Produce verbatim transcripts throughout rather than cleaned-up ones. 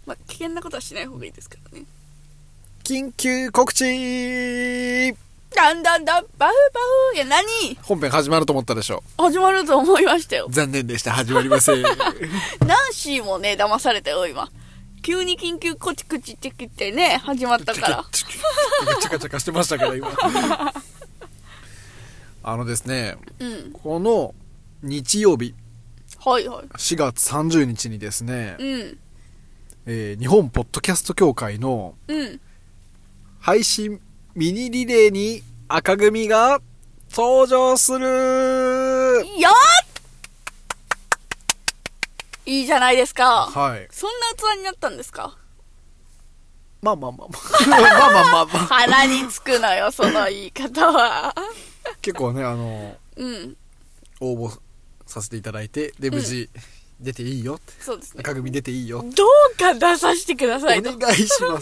まあ危険なことはしない方がいいですからね。 緊急告知。 だんだんだんバフバフ。いや何本編始まると思ったでしょ。 始まると思いましたよ。 残念でした、始まりません。 ナンシーもね騙されたよ今。急に緊急コチコチってきてね始まったから。 チカチカチカしてましたから今。あのですね、 うん、 この日曜日、 はいはい、 しがつさんじゅうにちにですね、 うんえー、日本ポッドキャスト協会の配信ミニリレーに赤組が登場する。 やーいいじゃないですか。 はい。 そんな器になったんですか。 まあまあまあまあまあまあまあまあ鼻につくのよその言い方は。 結構ねあの、 うん、 応募させていただいて、で無事、うん、出ていいよって。 そうですね。 赤組出ていいよ。 どうか出させてください。 お願いします。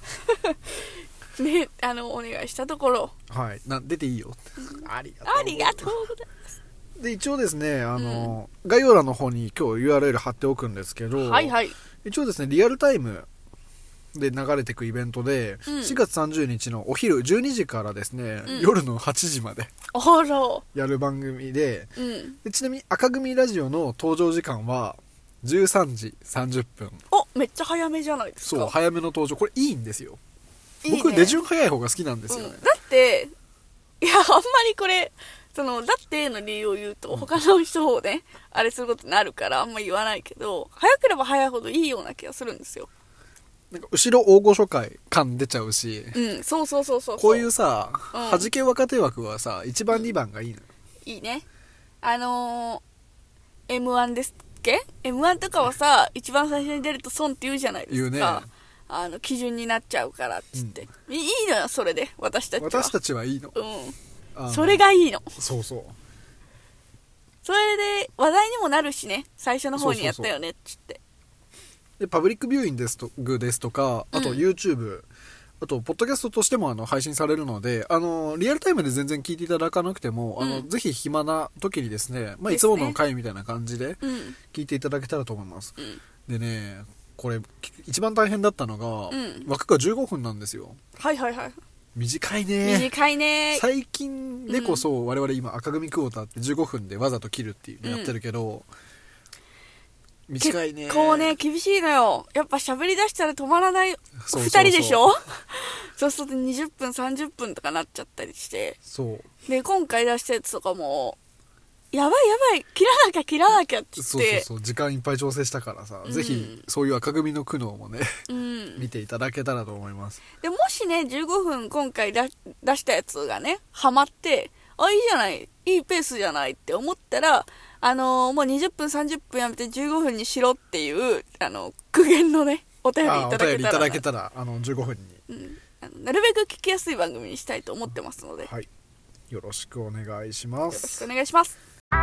ね、あのお願いしたところ、 はい、な出ていいよ。ありがとう。 ありがとうございます。 で一応ですねあの、うん、概要欄の方に今日 ユーアールエル 貼っておくんですけど、 はいはい、 一応ですねリアルタイムで流れていくイベントで、うん、しがつさんじゅうにちのお昼じゅうにじからですね、うん、夜のはちじまでやる番組で、うん、でちなみに赤組ラジオの登場時間はじゅうさんじさんじゅっぷん。 お、めっちゃ早めじゃないですか。 そう、早めの登場。これいいんですよ。いいね、僕出順早い方が好きなんですよね、うん、 だっていやあんまりこれそのだっての理由を言うと他の人をね、うん、あれすることになるからあんま言わないけど、早ければ早いほどいいような気がするんですよ。 なんか後ろ大御所会感出ちゃうし、 うん、そうそうそうそう、 こういうさ、うん、はじけ若手枠はさいちばんにばんがいいのよ。 いいね。あのー、エムワン ですっけ？ エムワン とかはさ一番最初に出ると損って言うじゃないですか。 言うね。 あの基準になっちゃうからっつって、うん、いいのよそれで。私たちは私たちはいいの、 うん、それがいいの。 そうそう、 それで話題にもなるしね、最初の方にやったよねっつって。 でパブリックビューイングですと、ですとか、あと YouTube、うん、あとポッドキャストとしてもあの配信されるので、あのリアルタイムで全然聞いていただかなくても、うん、あのぜひ暇な時にですね、まあ、いつもの回みたいな感じで聞いていただけたらと思います、うん、でねこれ一番大変だったのが、うん、枠がじゅうごふんなんですよ。 はいはいはい。 短いね。 短いね。 最近でこそ、うん、我々今赤組クォーターってじゅうごふんでわざと切るっていうのやってるけど、うん、短いね。 結構ね厳しいのよ。やっぱ喋り出したら止まらないふたりでしょ。そうするとにじゅっぷんさんじゅっぷんとかなっちゃったりして、 そうで今回出したやつとかもやばいやばい切らなきゃ切らなきゃって言って、 そうそうそう、時間いっぱい調整したからさ、うん、ぜひそういう赤組の苦悩もね、うん、見ていただけたらと思います。 でもしねじゅうごふん今回出したやつがねハマって、あいいじゃない、いいペースじゃないって思ったら、あのー、もうにじゅっぷんさんじゅっぷんやめてじゅうごふんにしろっていうあの苦言のねお便りいただけたら、お便りいただけたらあのじゅうごふんに、 うん、あのなるべく聞きやすい番組にしたいと思ってますので、 はい、よろしくお願いします。 よろしくお願いします。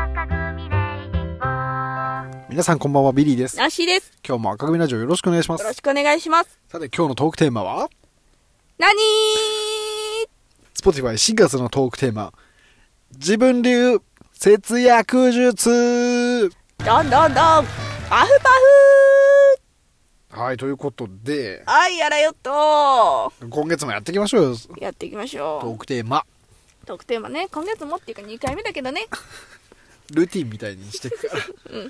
皆さんこんばんは、ビリーです。 ナンシーです。 今日も赤組ラジオよろしくお願いします。 よろしくお願いします。 さて今日のトークテーマはなにー Spotify しがつのトークテーマ、自分流節約術。 どんどんどんパフパフ。はい、ということで、 はい、やらよっと今月もやっていきましょうよ。 やっていきましょう。 トークテーマトークテーマね、今月もっていうかにかいめだけどねルーティンみたいにしていくからうんうん、うん、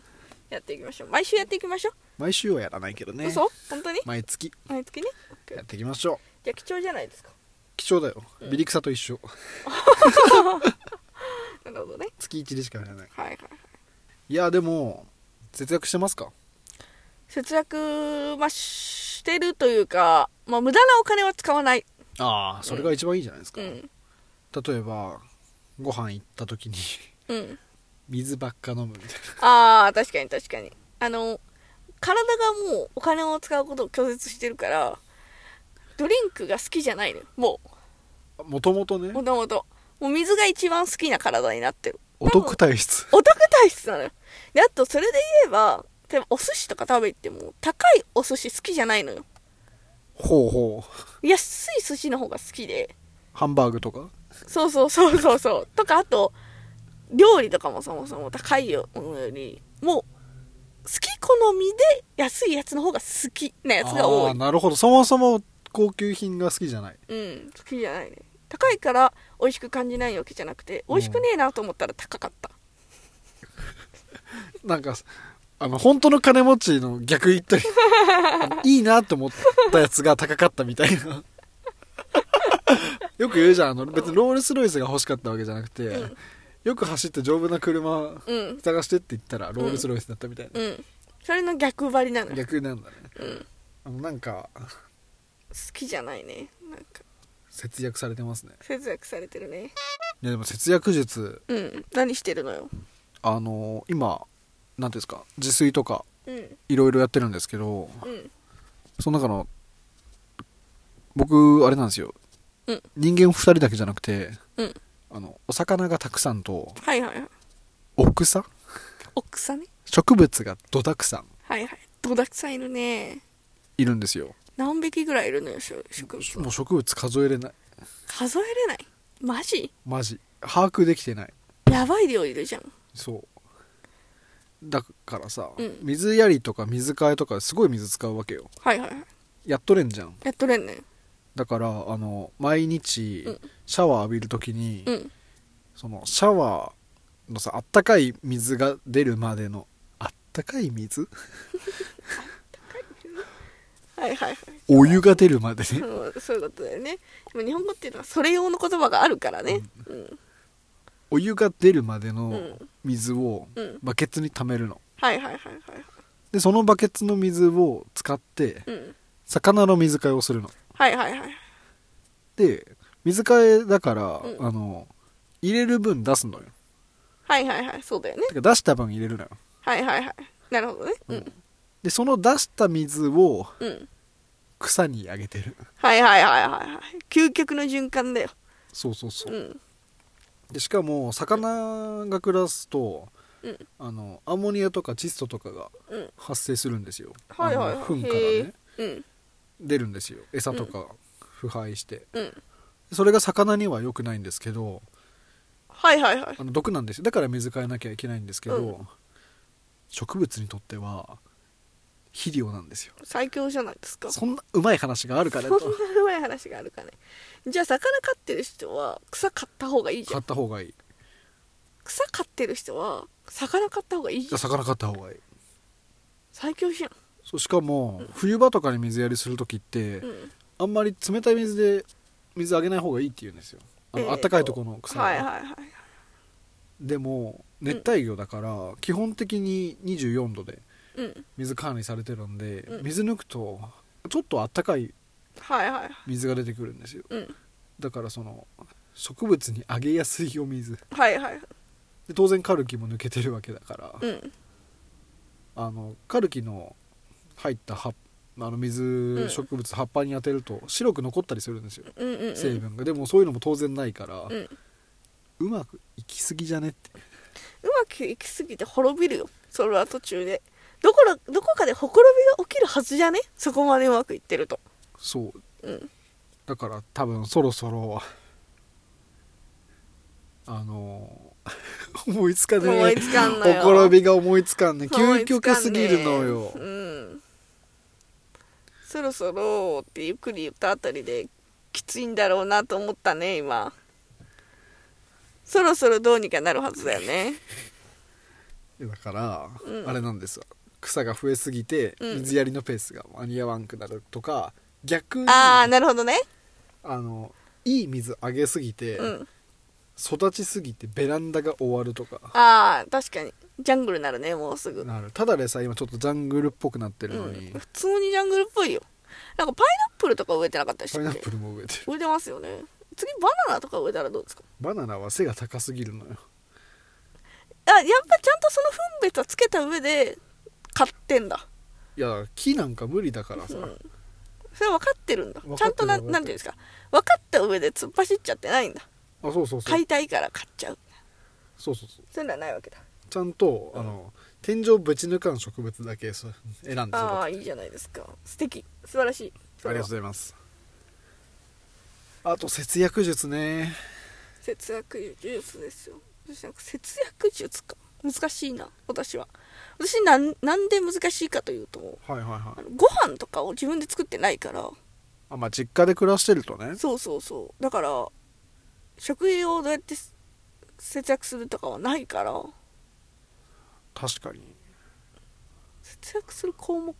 やっていきましょう。毎週やっていきましょう。 毎週はやらないけどね。 嘘？本当に？ 毎月毎月ねやっていきましょう。 じゃあ貴重じゃないですか。 貴重だよ、うん、ビリクサと一緒なるほどね。 月いちでしかやらない。 はいはいはい。 いやでも節約してますか？ 節約、まあ、してるというか、まあ、無駄なお金は使わない。 ああ、それが一番いいじゃないですか、 うん、 例えばご飯行った時に、うん、水ばっか飲むみたいな。ああ、確かに確かに。あの体がもうお金を使うことを拒絶してるからドリンクが好きじゃないのよ。もうもともとね、 もともともう水が一番好きな体になってる。 お得体質。 お得体質なのよ。で、あとそれで言えば例えばお寿司とか食べても高いお寿司好きじゃないのよ。 ほうほう。安い寿司の方が好きで。 ハンバーグとか。 そうそうそうそうそうとか、あと料理とかもそもそも高いよりもき好みで安いやつの方が好きなやつが多い。 あーなるほど。そもそも高級品が好きじゃない。 うん好きじゃないね。高いから美味しく感じないわけじゃなくて、美味しくねえなと思ったら高かった。 なんかあの本当の金持ちの逆言ったりあのいいなって思ったやつが高かったみたいなよく言うじゃん。あの別にロールスロイスが欲しかったわけじゃなくて、うん、よく走って丈夫な車探してって言ったらロールスロイスだったみたいな、 うんうん、それの逆張りなの。 逆なんだね、 うん、 あのなんか好きじゃないね。なんか節約されてますね。 節約されてるね。 いやでも節約術、 うん、何してるのよ。 あの今なんていうんですか、自炊とかうんいろいろやってるんですけど、 うん、 その中の僕あれなんですよ、うん、人間ふたりだけじゃなくて、うん、あのお魚がたくさんと、 はいはいはい、 奥草奥草ね、 植物がどだくさん、 はいはい、どだくさんいるね。 いるんですよ。 何匹ぐらいいるのよ植物。 もう植物数えれない。 数えれない。マジマジ把握できてない。 やばい量いるじゃん。 そうだからさ、 うん、 水やりとか水替えとかすごい水使うわけよ。 はいはいはい、 やっとれんじゃん。 やっとれんね。 だからあの毎日シャワー浴びるときに、 うん、そのシャワーのさ、あったかい水が出るまでの、あったかい水はいはいはい、 お湯が出るまでね、 うん、そういうことだよね。でも日本語っていうのはそれ用の言葉があるからね、うんうん、 お湯が出るまでの水をバケツに溜めるの、 うん、はいはいはいはい。 でそのバケツの水を使って、うん、魚の水替えをするの。 はいはいはい。 で水替えだから、うん、あの入れる分出すのよ。 はいはいはい、そうだよね。 てか出した分入れるのよ。 はいはいはい、なるほどね、うん、 でその出した水を、うん、草にあげてる。 はいはいはいはいはい、究極の循環だよ。 そうそうそう、うん、でしかも魚が暮らすと、うん、あのアンモニアとか窒素とかが発生するんですよ、うん、はいはいはい、糞からね、うん、出るんですよ、餌とか腐敗して、うん、それが魚には良くないんですけど、 はいはいはい、 あの毒なんですよ。だから水替えなきゃいけないんですけど、うん、植物にとっては肥料なんですよ。 最強じゃないですか。 そんなうまい話があるかねと。 そんなうまい話があるかね。じゃあ魚飼ってる人は草買った方がいいじゃん。 買った方がいい。 草飼ってる人は魚買った方がいいじゃん。 魚買った方がいい。 最強じゃん。 そう、しかも、うん、冬場とかに水やりするときって、うん、あんまり冷たい水で水あげない方がいいって言うんですよ。あの、えー、あったかいところの草は、はいはいはい、でも熱帯魚だから、うん、基本的ににじゅうよんどで水管理されてるんで、うん、水抜くとちょっとあったかい水が出てくるんですよ、はいはい、だからその植物にあげやすいお水、はいはい、で当然カルキも抜けてるわけだから、うん、あのカルキの入った葉あの水、うん、植物葉っぱに当てると白く残ったりするんですよ、うんうんうん、成分が。でもそういうのも当然ないから、うん、うまくいきすぎじゃねって。 うまくいきすぎて滅びるよ、それは途中で。どこらどこかでほころびが起きるはずじゃね、そこまでうまくいってると。 そう、うん、だから多分そろそろあの思いつかねえ、 思いつかんのよ、 ほころびが思いつかんね、究極すぎるのよ、 うん、そろそろってゆっくり言ったあたりできついんだろうなと思ったね。今そろそろどうにかなるはずだよね。 だから、うん、あれなんですよ、草が増えすぎて水やりのペースが間に合わんくなるとか、うん、逆にああなるほどね、 あのいい水あげすぎて、うん、育ちすぎてベランダが終わるとか。 ああ確かにジャングルになるね、もうすぐなる。ただでさ今ちょっとジャングルっぽくなってるのに、 うん、普通にジャングルっぽいよ。なんかパイナップルとか植えてなかったりして、 パイナップルも植えてる、 植えてますよね。次バナナとか植えたらどうですか。 バナナは背が高すぎるのよ。 あ、やっぱちゃんとその分別はつけた上で買ってんだ。 いや木なんか無理だからさ、うん、 それは分かってるんだ。ちゃんとな、なんていうんですか、分かった上で突っ走っちゃってないんだ。 あ、そうそうそう、 買いたいから買っちゃう。 そうそうそう、 そういうのはないわけだ。ちゃんと、うん、あの天井ぶち抜かん植物だけ選んで。 ああいいじゃないですか、素敵、素晴らしい。 ありがとうございます。あと節約術ね。 節約術ですよ。節約術か難しいな。私は私なん、なんで難しいかというと、 はいはいはい。 あのご飯とかを自分で作ってないから。 あ、まあ実家で暮らしてるとね。 そうそうそう。だから、食費をどうやって節約するとかはないから。 確かに。 節約する項目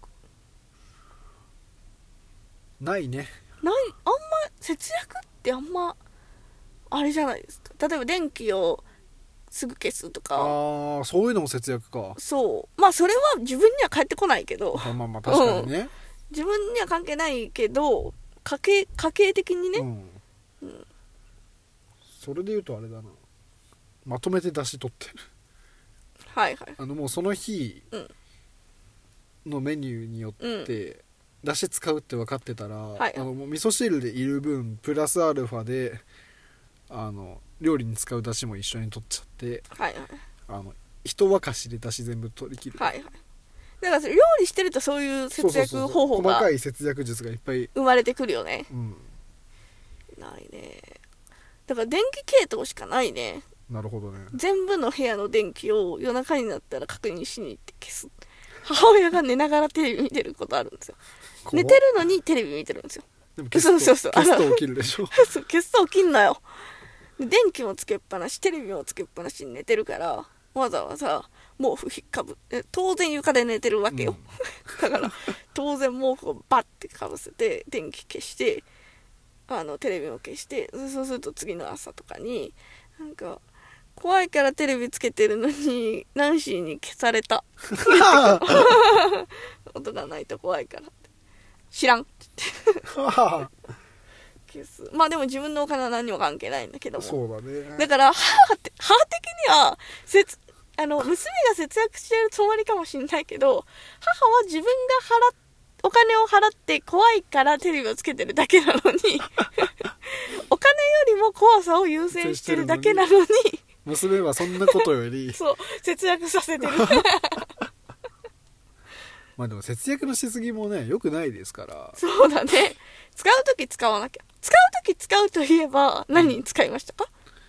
ないね。 ない。あんま節約ってあんまあれじゃないですか。例えば電気をすぐ消すとか。 ああ、そういうのも節約か。 そう。まあそれは自分には返ってこないけど。 まあまあまあ確かにね、うん、 自分には関係ないけど家計家計的にね、 うんうん、それで言うとあれだな、まとめて出し取ってる。 はいはい。 あのもうその日のメニューによって出汁使うって分かってたら、うん、あのもう味噌汁でいる分プラスアルファであの料理に使う出汁も一緒に取っちゃって、 はいはい、 あの一沸かしで出汁全部取り切る。 はいはい。だから料理してるとそういう節約方法が細かい節約術がいっぱい生まれてくるよね、 うん、 ないね。だから電気系統しかないね。 なるほどね。 全部の部屋の電気を夜中になったら確認しに行って消す。母親が寝ながらテレビ見てることあるんですよ。寝てるのにテレビ見てるんですよ。 でも消すと、そうそうそう、消すと起きるでしょ。 そう消すと起きんのよ。電気もつけっぱなし、テレビもつけっぱなしに寝てるからわざわざ毛布ひっかぶ当然床で寝てるわけよ、うん、だから当然毛布をバッてかぶせて電気消してあのテレビも消して、そうすると次の朝とかになんか怖いからテレビつけてるのにナンシーに消された音がないと怖いからって知らんって言って消す。まあでも自分のお金は何にも関係ないんだけども、 そうだね。 だから母って母的には節あの娘が節約してるつもりかもしれないけど、母は自分が払っお金を払って怖いからテレビをつけてるだけなのにお金よりも怖さを優先してるだけなのに娘はそんなことよりそう節約させてるまあでも節約のしすぎもね良くないですから。 そうだね。使うとき使わなきゃ。使うとき使うといえば何に使いましたか、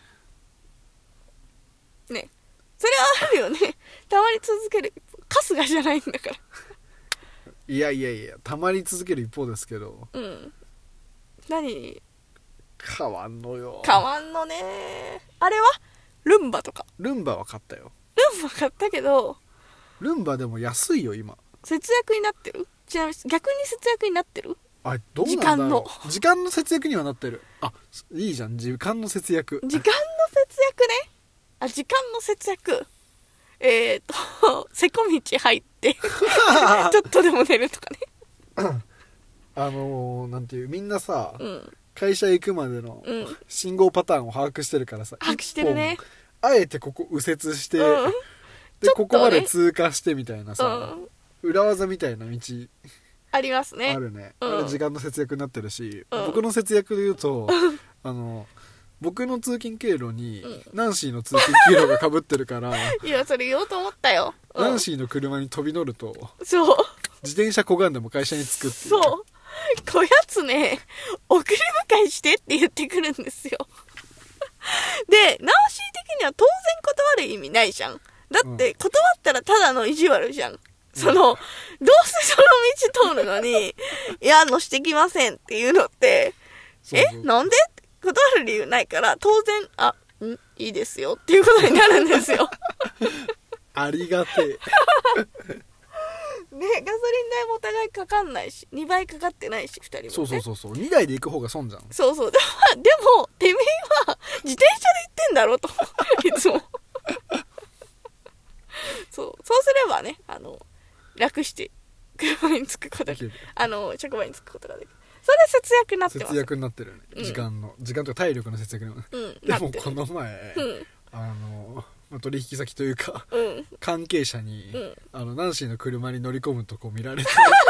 うん、ね。それはあるよね。たまり続ける春日じゃないんだからいやいやいや、たまり続ける一方ですけど、 うん、何変わんのよ。 変わんのね。あれはルンバとか。 ルンバは買ったよ。 ルンバ買ったけどルンバでも安いよ今。 節約になってる？ちなみに逆に節約になってる？ あ、どうなんだろう。時間の時間の節約にはなってる。あ、いいじゃん、時間の節約。 時間の節約ね。あ、時間の節約。えーとせこ道入ってちょっとでも寝るとかねあのー、なんていうみんなさ、 うん、 会社行くまでの信号パターンを把握してるからさ、 把握してるね。 あえてここ右折して、うん、で、ね、ここまで通過してみたいなさ、うん、裏技みたいな道ありますね。 あるね、 うん、 あれ時間の節約になってるし、うん、僕の節約で言うとあの僕の通勤経路に、うん、ナンシーの通勤経路が被ってるからいやそれ言おうと思ったよ、 うん、ナンシーの車に飛び乗るとそう自転車こがんでも会社に着くっていう。 そうこやつね送り迎えしてって言ってくるんですよでナンシー的には当然断る意味ないじゃん。だって断ったらただの意地悪じゃん、うん、そのどうせその道通るのにいやのしてきませんっていうのってそうそうえなんで断る理由ないから当然あんいいですよっていうことになるんですよありがてえね、 ガソリン代もお互いかかんないしにばいかかってないしふたりも、ね、 そうそうそうそうにだいで行く方が損じゃん。 そうそうでもてめえは自転車で行ってんだろといつもそうそうすればねあの楽して車に着くことがあの職場に着くことができる。それ節約になってます。 節約になってるね、うん、時間の時間とか体力の節約に、うん、でもこの前、うん、あの取引先というか、うん、関係者に、うん、あのナンシーの車に乗り込むとこ見られて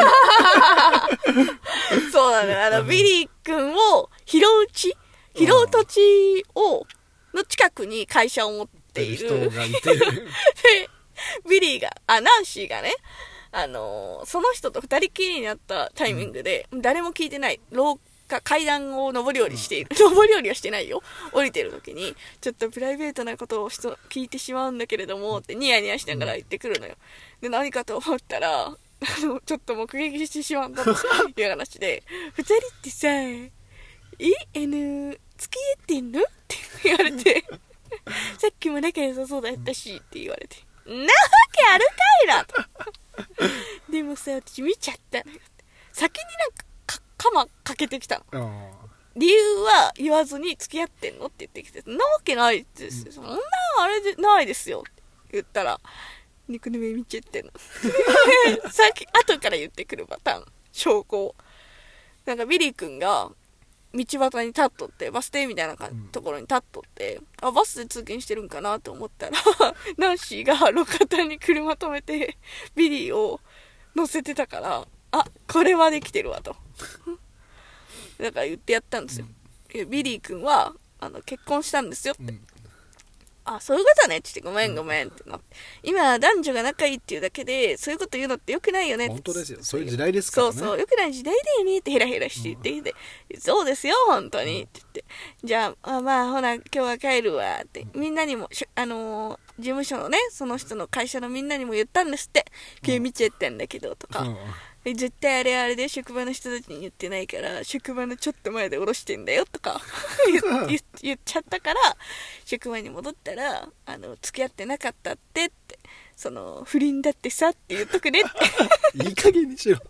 そうなのよ。あのビリー君を拾う地拾う土地をの近くに会社を持っている人がいてでビリーがあナンシーがねあのー、その人と二人きりになったタイミングで、うん、誰も聞いてない廊下階段を上り下りしている、うん、上り下りはしてないよ。降りてる時にちょっとプライベートなことを人聞いてしまうんだけれどもってニヤニヤしながら言ってくるのよ。 で何かと思ったらあのちょっと目撃してしまったという話でふたりってさえあの付き合ってんのって言われてさっきも仲良さそうだったしって言われてなわけあるかいなとでもさ私見ちゃったのよって先になんかかカマかけてきたの。理由は言わずに付き合ってんのって言ってきて、なわけないですよ、うん、そんなあれでないですよって言ったら肉の目見ちゃってんのさっき後から言ってくるパターン証拠をなんかビリー君が道端に立っとってバス停みたいなところに立っとって、うん、あバスで通勤してるんかなと思ったらナンシーが路肩に車止めてビリーを乗せてたからあこれはできてるわとだから言ってやったんですよ、うん、いやビリー君はあの結婚したんですよって、うん、あそういうことねって言ってごめんごめんってなって、うん、今男女が仲いいっていうだけでそういうこと言うのってよくないよねって。 本当ですよそういう時代ですからね。 そうそうよくない時代だよねってヘラヘラして言ってきて、うん、そうですよ本当にって言ってじゃあ、あまあほな今日は帰るわってみんなにもあのー、事務所のねその人の会社のみんなにも言ったんですって君見ちゃったんだけどとか、うん絶対あれあれで職場の人たちに言ってないから職場のちょっと前で降ろしてんだよとか言, 言, 言っちゃったから職場に戻ったらあの付き合ってなかったってってその不倫だってさって言っとくねっていい加減にしろ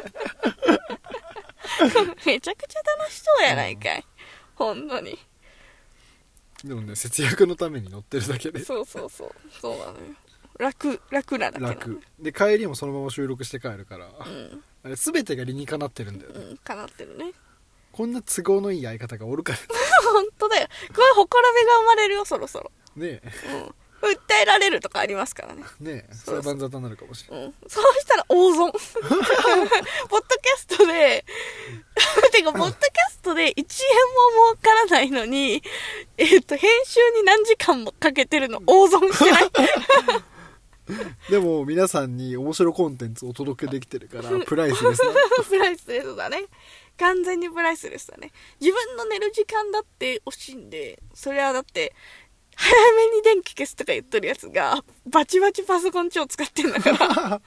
めちゃくちゃ楽しそうやないかい、うん、本当に。 でもね節約のために乗ってるだけでそうそうそうそうなのよ楽楽なだけなの楽で帰りもそのまま収録して帰るから、うん、あれ全てが理にかなってるんだよね、 うん、かなってるね。 こんな都合のいい相方がおるから本当だよこれほこらびが生まれるよそろそろねえ、 うん、訴えられるとかありますからね。 ねえそれは万沙汰になるかもしれない、うん、 そうしたら大損ポッドキャストでてかポッドキャストでいちえんも儲からないのにえっと編集に何時間もかけてるの大損してないでも皆さんに面白コンテンツをお届けできてるからプライスレスだプライスレスだね完全にプライスレスだね。自分の寝る時間だって惜しいんでそれはだって早めに電気消すとか言っとるやつがバチバチパソコン超使ってんだから完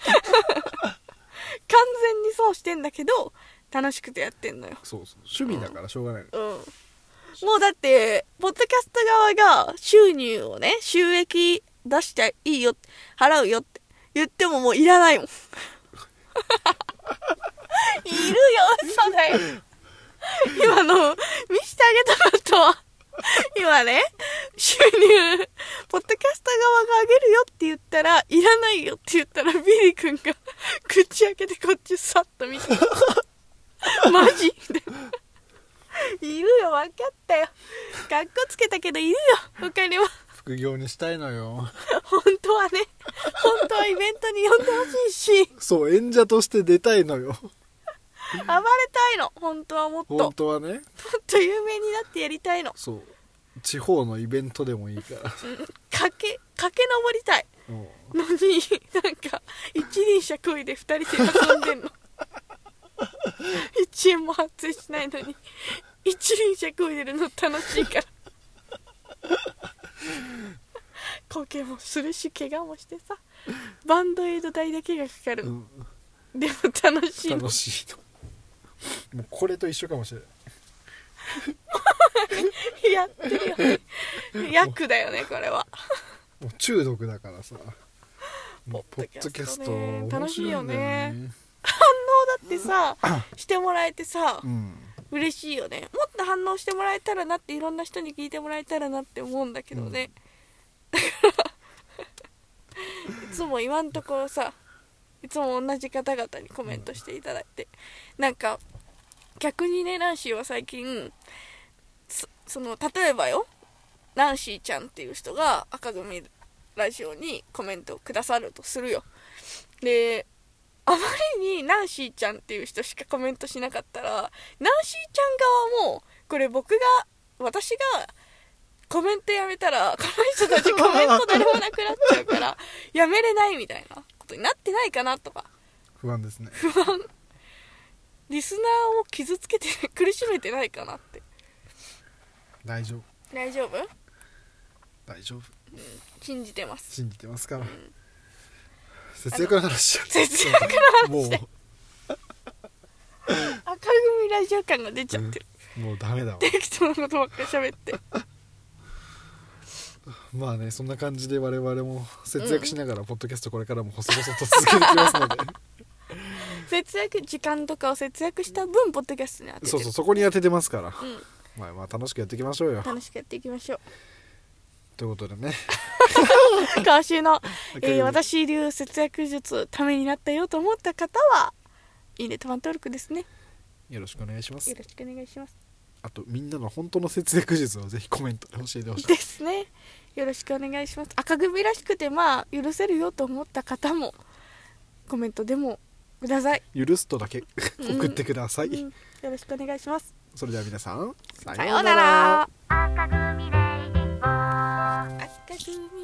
全にそうしてんだけど楽しくてやってんのよ。 そうそう趣味だからしょうがない、 うん、うん、もうだってポッドキャスト側が収入をね収益出したらいいよ払うよって言ってももういらないもんいるよ嘘だよ今の見してあげたかったわ今ね収入ポッドキャスト側があげるよって言ったらいらないよって言ったらビリー君が口開けてこっちさっと見てマジでいるよ分かったよかっこつけたけどいるよ他には副業にしたいのよ本当はね本当はイベントに呼んでほしいしそう演者として出たいのよ暴れたいの本当はもっと本当はねもっと有名になってやりたいの。 そう地方のイベントでもいいから、うん、 駆け駆け上りたいのになんか一輪車こいで二人で遊んでんのいちえんも発生しないのに一輪車こいでるの楽しいからこけもするし怪我もしてさバンドエイド代だけがかかるの、うん、でも楽しいの楽しいのもうこれと一緒かもしれないやってるよね役だよねこれはもう中毒だからさポッドキャストね楽しいよね反応だってさしてもらえてさ、うん、嬉しいよね。もっと反応してもらえたらなっていろんな人に聞いてもらえたらなって思うんだけどね、うん、だからいつも今のところさいつも同じ方々にコメントしていただいて、うん、なんか逆にねナンシーは最近 そ, その例えばよナンシーちゃんっていう人が赤組ラジオにコメントをくださるとするよ。であまりにナンシーちゃんっていう人しかコメントしなかったらナンシーちゃん側もこれ僕が私がコメントやめたらこの人たちコメント誰もなくなっちゃうからやめれないみたいなことになってないかなとか不安ですね。 不安リスナーを傷つけて苦しめてないかなって。 大丈夫大丈夫大丈夫、 うん、信じてます信じてますから、うん、 節約の話節約の話もう赤組ラジオ感が出ちゃってる、 うん、もうダメだわ適当なことばっかり喋ってまあね、そんな感じで我々も節約しながらポッドキャストこれからも細々と続けていきますので節約時間とかを節約した分ポッドキャストに当ててる。 そうそう、そこに当ててますから、 うん、 まあまあ楽しくやっていきましょうよ。 楽しくやっていきましょうということでね今週の、えー、私流節約術ためになったよと思った方はいいねとファン登録ですね。 よろしくお願いします。 よろしくお願いします。 あとみんなの本当の節約術をぜひコメントで教えてほしいですね。よろしくお願いします。赤組らしくてまあ許せるよと思った方もコメントでもください。 許すとだけ送ってください、 うんうん、よろしくお願いします。 それでは皆さんさようなら。赤組レイディオ赤組